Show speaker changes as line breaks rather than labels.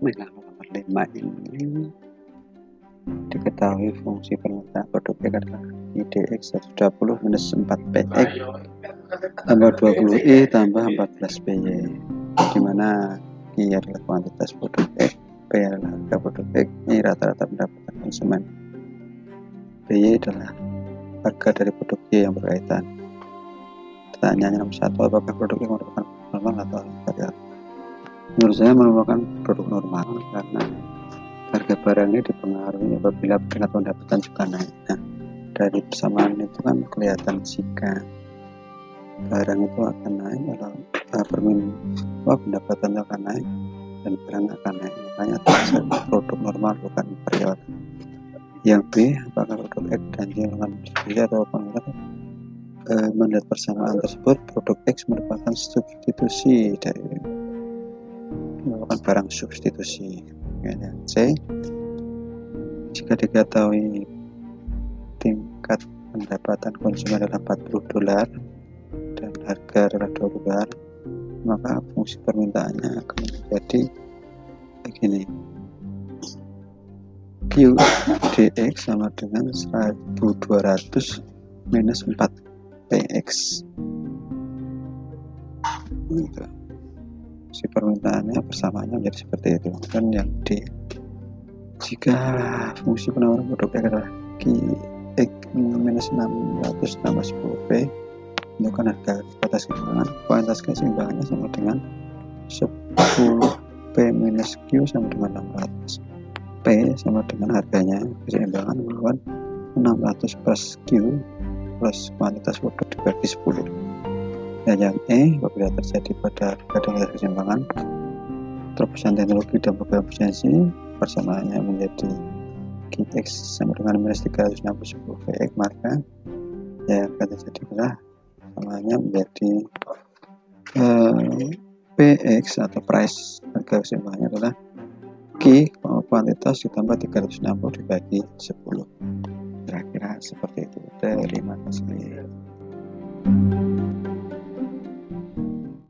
Nomor 5 ini diketahui fungsi permintaan produk X adalah IDX 120 minus 4PX tambah 20E tambah 14PY, dimana I adalah kuantitas produk X, P adalah harga produk X, I rata-rata pendapatan konsumen, PY adalah harga dari produk Y yang berkaitan. Pertanyaannya nomor 1, apakah produk Y merupakan normal atau variabel? Menurut saya merupakan produk normal karena harga barangnya dipengaruhi apabila peringkat pendapatan juga naik. Nah, dari persamaan itu kan kelihatan jika barang itu akan naik atau pendapatan akan naik dan barang akan naik, makanya produk normal bukan variabel. Yang B, apakah produk X dan Y akan berbeda atau melihat persamaan tersebut, produk X merupakan substitusi dari merupakan barang substitusi. Yang C, jika diketahui tingkat pendapatan konsumen adalah $40 dan harga adalah $20, maka fungsi permintaannya akan menjadi begini: QDX sama dengan 1200 minus 4PX. Gitu. Si permintaannya persamaannya menjadi seperti itu. Dan yang D, jika fungsi penawaran produk X adalah QX minus 600 tambah 10P, menentukan harga batas keseimbangan, kuantitas keseimbangannya sama dengan 10P minus Q sama dengan 600. P sama dengan harganya keseimbangan melawan 600 plus Q plus kuantitas produk dibagi 10. Dan yang E, apabila terjadi pada harga keseimbangan terobosan teknologi dan program efisiensi, persamaannya menjadi QX sama dengan minus 360 PX, maka yang akan terjadi adalah persamaannya menjadi PX atau price, harga keseimbangannya adalah Q kuantitas ditambah 360 dibagi 10. Kira-kira seperti itu. Terima kasih.